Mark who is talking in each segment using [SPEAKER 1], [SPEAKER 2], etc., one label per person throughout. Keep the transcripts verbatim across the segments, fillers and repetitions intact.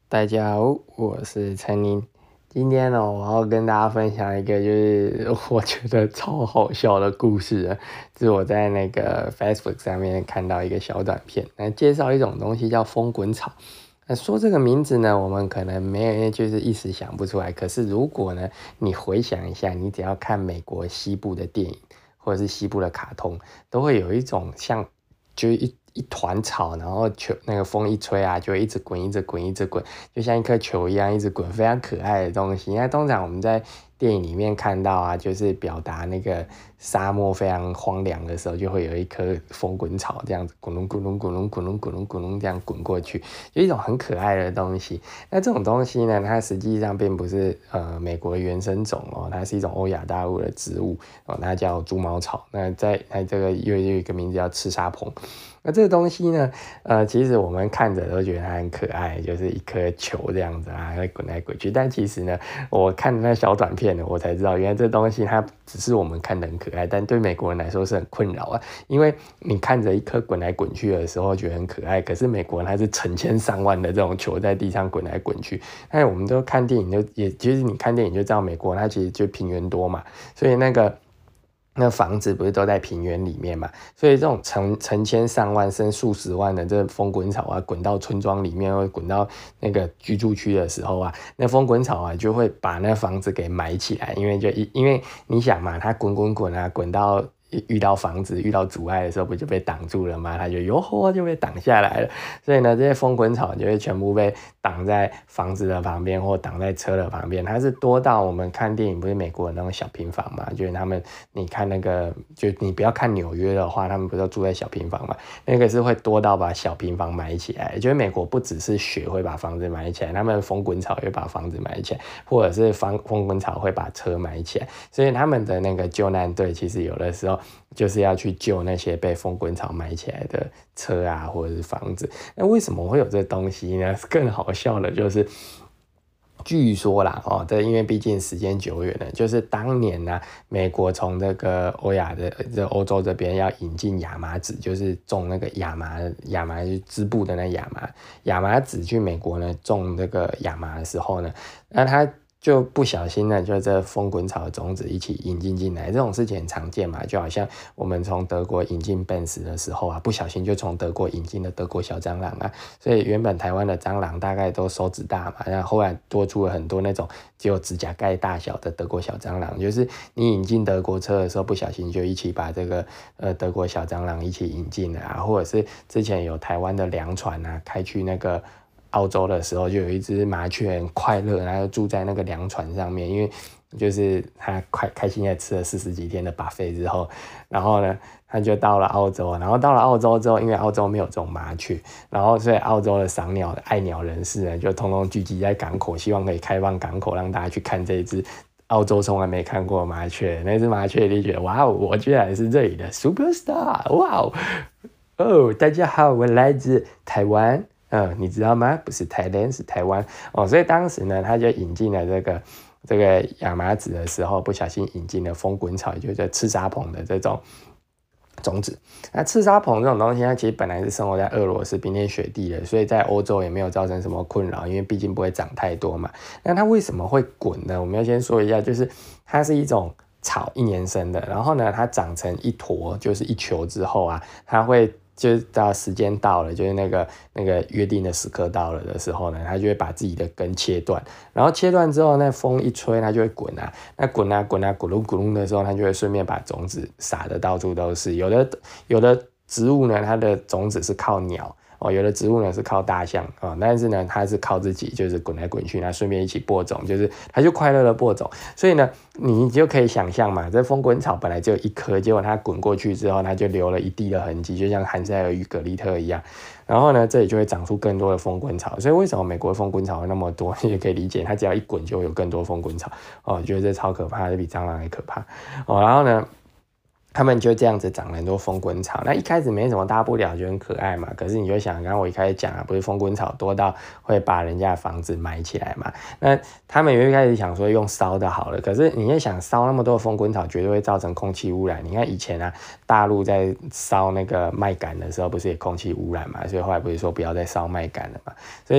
[SPEAKER 1] 大家好，我是陈宁。今天呢，我要跟大家分享一个就是我觉得超好笑的故事啊，是我在那个 Facebook 上面看到一个小短片，来介绍一种东西叫风滚草。那说这个名字呢，我们可能没有就是一时想不出来。可是如果呢，你回想一下，你只要看美国西部的电影或者是西部的卡通，都会有一种像就是一一团草，然后球那个风一吹啊，就会一直滚，一直滚，一直滚，就像一颗球一样一直滚，非常可爱的东西。那通常我们在电影里面看到啊，就是表达那个沙漠非常荒凉的时候，就会有一颗风滚草这样子滚隆滚隆滚隆滚隆滚隆滚隆这样滚过去，就一种很可爱的东西。那这种东西呢，它实际上并不是呃美国的原生种哦，它是一种欧亚大陆的植物哦，它叫猪毛草。那在那这个又有一个名字叫赤沙蓬。那这个东西呢，呃，其实我们看着都觉得它很可爱，就是一颗球这样子啊，会滚来滚去。但其实呢，我看那小短片呢，我才知道，原来这东西它只是我们看得很可爱，但对美国人来说是很困扰啊。因为你看着一颗滚来滚去的时候觉得很可爱，可是美国人它是成千上万的这种球在地上滚来滚去。但我们都看电影就也，其实你看电影就知道，美国它其实就平原多嘛，所以那个。那房子不是都在平原里面嘛，所以这种成成千上万甚至数十万的这风滚草啊，滚到村庄里面或滚到那个居住区的时候啊，那风滚草啊就会把那房子给埋起来，因为就因为你想嘛，它滚滚滚啊，滚到遇到房子遇到阻碍的时候不就被挡住了吗？它就哟吼就被挡下来了。所以呢，这些风滚草就会全部被挡在房子的旁边或挡在车的旁边。它是多到我们看电影不是美国的那种小平房嘛，就是他们你看那个就你不要看纽约的话，他们不是都住在小平房嘛，那个是会多到把小平房埋起来。就是美国不只是雪会把房子埋起来，他们风滚草会把房子埋起来，或者是风风滚草会把车埋起来。所以他们的那个救难队其实有的时候就是要去救那些被风滚草埋起来的车啊，或者是房子。那为什么会有这东西呢？更好笑的就是，据说啦，哦，这因为毕竟时间久远了，就是当年呢、啊，美国从这个欧亚的这欧洲这边要引进亚麻籽，就是种那个亚麻亚麻织布的那亚麻亚麻籽去美国呢种这个亚麻的时候呢，那它就不小心呢，就这风滚草的种子一起引进进来，这种事情很常见嘛，就好像我们从德国引进 Benz 的时候啊，不小心就从德国引进了德国小蟑螂啊，所以原本台湾的蟑螂大概都手指大嘛，然后后来多出了很多那种只有指甲盖大小的德国小蟑螂，就是你引进德国车的时候，不小心就一起把这个呃德国小蟑螂一起引进了啊，或者是之前有台湾的粮船啊开去那个澳洲的时候，就有一只麻雀很快乐，然后住在那个粮船上面，因为就是它快开心的吃了四十几天的 buffet 之后，然后呢，它就到了澳洲，然后到了澳洲之后，因为澳洲没有这种麻雀，然后所以澳洲的赏鸟的爱鸟人士呢，就通通聚集在港口，希望可以开放港口，让大家去看这一只澳洲从来没看过的麻雀。那只麻雀就觉得，哇哦，我居然是这里的 superstar， 哇哦，哦，大家好，我来自台湾。嗯，你知道吗？不是台湾，是台湾哦。所以当时呢，他就引进了这个这个亚麻籽的时候，不小心引进了风滚草，也就是赤沙蓬的这种种子。那赤沙蓬这种东西，它其实本来是生活在俄罗斯冰天雪地的，所以在欧洲也没有造成什么困扰，因为毕竟不会长太多嘛。那它为什么会滚呢？我们要先说一下，就是它是一种草，一年生的，然后呢，它长成一坨，就是一球之后啊，它会。就是到时间到了，就是那个那个约定的时刻到了的时候呢，它就会把自己的根切断，然后切断之后，那风一吹，它就会滚啊，那滚啊滚啊，咕噜咕噜的时候，它就会顺便把种子撒得到处都是。有的有的植物呢，它的种子是靠鸟。哦，有的植物呢是靠大象啊、哦，但是呢它是靠自己，就是滚来滚去，那顺便一起播种，就是它就快乐的播种。所以呢，你就可以想象嘛，这风滚草本来只有一颗，结果它滚过去之后，它就留了一地的痕迹，就像韩塞尔与葛丽特一样。然后呢，这里就会长出更多的风滚草。所以为什么美国的风滚草会那么多，也可以理解，它只要一滚就会有更多风滚草。哦，我觉得这超可怕，这比蟑螂还可怕。哦，然后呢？他们就这样子长了很多风滚草，那一开始没什么大不了，就很可爱嘛。可是你就想，刚刚我一开始讲啊，不是风滚草多到会把人家的房子埋起来嘛？那他们有一开始想说用烧的好了，可是你也想烧那么多风滚草，绝对会造成空气污染。你看以前啊，大陆在烧那个麦秆的时候，不是也空气污染嘛？所以后来不是说不要再烧麦秆了嘛？所以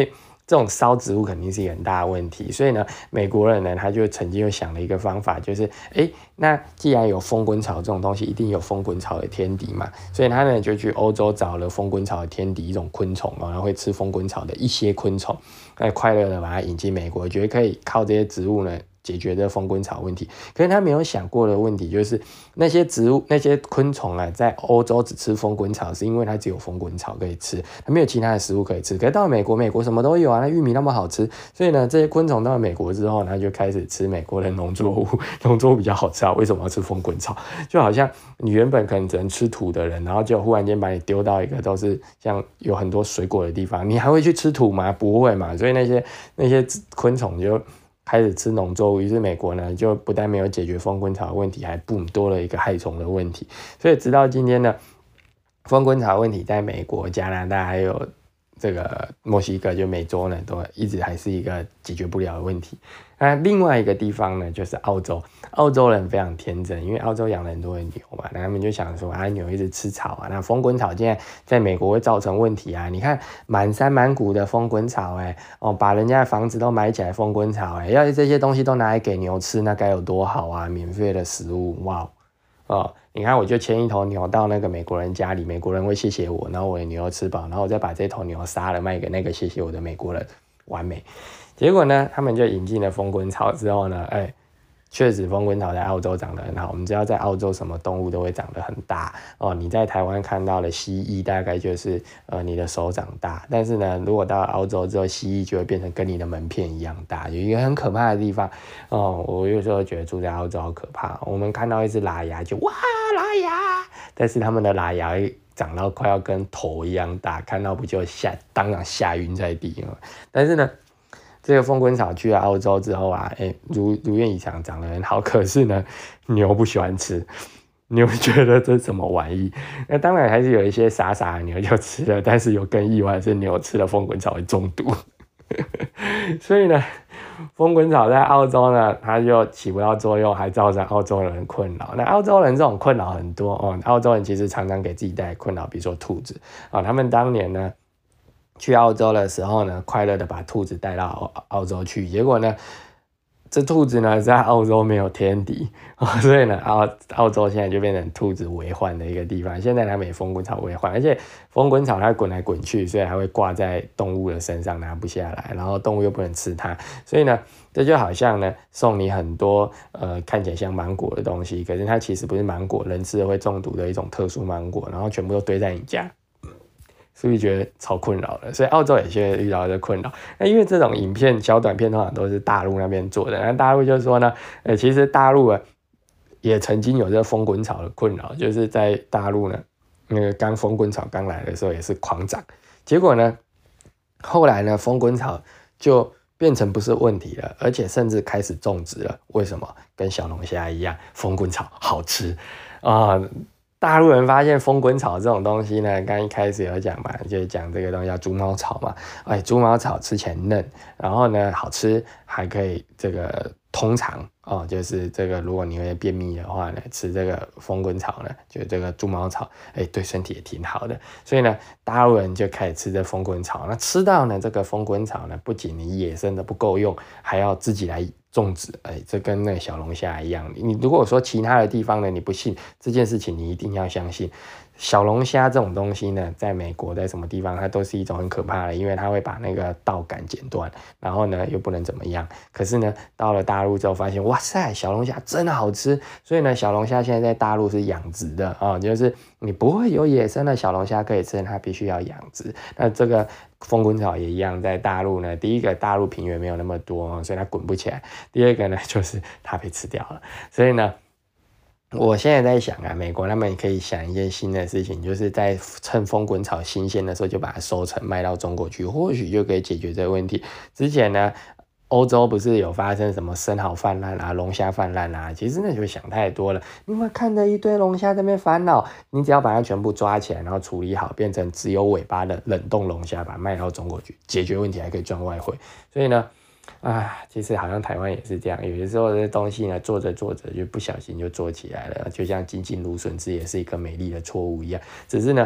[SPEAKER 1] 这种烧植物肯定是一个很大的问题，所以呢，美国人呢他就曾经又想了一个方法，就是哎，那既然有风滚草这种东西，一定有风滚草的天敌嘛，所以他呢就去欧洲找了风滚草的天敌一种昆虫哦，然后会吃风滚草的一些昆虫，那快乐的把它引进美国，觉得可以靠这些植物呢解决这风滚草问题。可是他没有想过的问题就是那些植物那些昆虫啊，在欧洲只吃风滚草，是因为它只有风滚草可以吃，它没有其他的食物可以吃。可是到了美国，美国什么都有啊，那玉米那么好吃，所以呢，这些昆虫到了美国之后，它就开始吃美国的农作物，农作物比较好吃啊，为什么要吃风滚草？就好像你原本可能只能吃土的人，然后就忽然间把你丢到一个都是像有很多水果的地方，你还会去吃土吗？不会嘛，所以那些那些昆虫就开始吃农作物，于是美国呢就不但没有解决风滚草的问题，还boom多了一个害虫的问题。所以直到今天呢，风滚草问题在美国、加拿大还有这个墨西哥就美洲呢，都一直还是一个解决不了的问题。那另外一个地方呢，就是澳洲。澳洲人非常天真，因为澳洲养了很多的牛嘛，那他们就想说啊，牛一直吃草啊，那风滚草现在在美国会造成问题啊。你看满山满谷的风滚草、欸，哎，哦，把人家的房子都埋起来风滚草、欸，哎，要是这些东西都拿来给牛吃，那该有多好啊！免费的食物，哇！哦，你看，我就牵一头牛到那个美国人家里，美国人会谢谢我，然后我的牛吃饱，然后我再把这头牛杀了卖给那个谢谢我的美国人，完美。结果呢，他们就引进了风滚草之后呢，哎，确实风滚草在澳洲长得很好。我们知道在澳洲什么动物都会长得很大哦。你在台湾看到的蜥蜴大概就是呃你的手掌大，但是呢，如果到澳洲之后，蜥蜴就会变成跟你的门片一样大，有一个很可怕的地方哦。我有时候觉得住在澳洲好可怕。我们看到一只喇牙就哇喇牙，但是他们的喇牙长到快要跟头一样大，看到不就吓当场吓晕在地了。但是呢，这个风滚草去了澳洲之后啊，欸、如如愿以偿长得很好，可是呢，牛不喜欢吃，牛觉得这是什么玩意？那当然还是有一些傻傻的牛就吃了，但是有更意外的是牛吃了风滚草会中毒，所以呢，风滚草在澳洲呢，它就起不到作用，还造成澳洲人困扰。那澳洲人这种困扰很多哦，澳洲人其实常常给自己带来困扰，比如说兔子啊、哦，他们当年呢。去澳洲的时候呢，快乐的把兔子带到 澳, 澳洲去，结果呢，这兔子呢在澳洲没有天敌，哦、所以呢，澳澳洲现在就变成兔子为患的一个地方。现在它没风滚草为患，而且风滚草它滚来滚去，所以还会挂在动物的身上拿不下来，然后动物又不能吃它，所以呢，这就好像呢送你很多呃看起来像芒果的东西，可是它其实不是芒果，人吃了会中毒的一种特殊芒果，然后全部都堆在你家。是不是觉得超困扰的？所以澳洲也现在遇到这困扰。那因为这种影片小短片通常都是大陆那边做的，那大陆就说呢，呃，其实大陆啊也曾经有这风滚草的困扰，就是在大陆呢，那个刚风滚草刚来的时候也是狂长，结果呢，后来呢风滚草就变成不是问题了，而且甚至开始种植了。为什么？跟小龙虾一样，风滚草好吃啊。呃大陆人发现风滚草这种东西呢，刚一开始有讲嘛，就是讲这个东西叫猪毛草嘛，哎，猪毛草吃起来嫩，然后呢好吃，还可以这个通常哦，就是这个如果你会便秘的话呢，吃这个风滚草呢，就这个猪毛草，哎，对身体也挺好的，所以呢，大陆人就开始吃这风滚草，那吃到呢这个风滚草呢，不仅你野生的不够用，还要自己来种植，哎，这跟那个小龙虾一样。你如果说其他的地方呢，你不信这件事情，你一定要相信。小龙虾这种东西呢，在美国在什么地方，它都是一种很可怕的，因为它会把那个稻杆剪断，然后呢又不能怎么样。可是呢，到了大陆之后发现，哇塞，小龙虾真的好吃，所以呢，小龙虾现在在大陆是养殖的啊、哦，就是你不会有野生的小龙虾可以吃，它必须要养殖。那这个风滚草也一样，在大陆呢，第一个大陆平原没有那么多，所以它滚不起来；第二个呢，就是它被吃掉了，所以呢。我现在在想啊，美国他们也可以想一件新的事情，就是在趁风滚草新鲜的时候就把它收成卖到中国去，或许就可以解决这个问题。之前呢，欧洲不是有发生什么生蚝泛滥啊、龙虾泛滥啊？其实那就想太多了。你们看着一堆龙虾在那边烦恼，你只要把它全部抓起来，然后处理好，变成只有尾巴的冷冻龙虾，把它卖到中国去，解决问题还可以赚外汇。所以呢。啊，其实好像台湾也是这样，有的时候这东西呢做着做着就不小心就做起来了，就像精进芦笋汁也是一个美丽的错误一样。只是呢，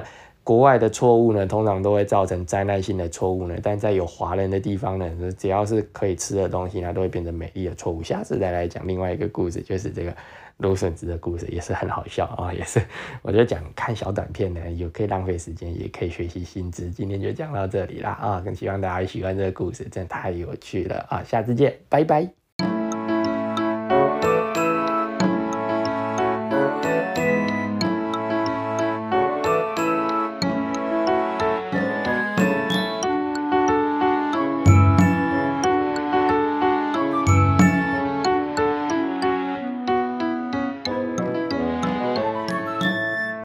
[SPEAKER 1] 国外的错误呢，通常都会造成灾难性的错误呢，但在有华人的地方呢，只要是可以吃的东西，它都会变成美丽的错误。下次再来讲另外一个故事，就是这个芦笋汁的故事，也是很好笑啊、哦，也是我觉得讲看小短片呢，有可以浪费时间，也可以学习新知。今天就讲到这里啦啊，更希望大家喜欢这个故事，真的太有趣了啊，下次见，拜拜。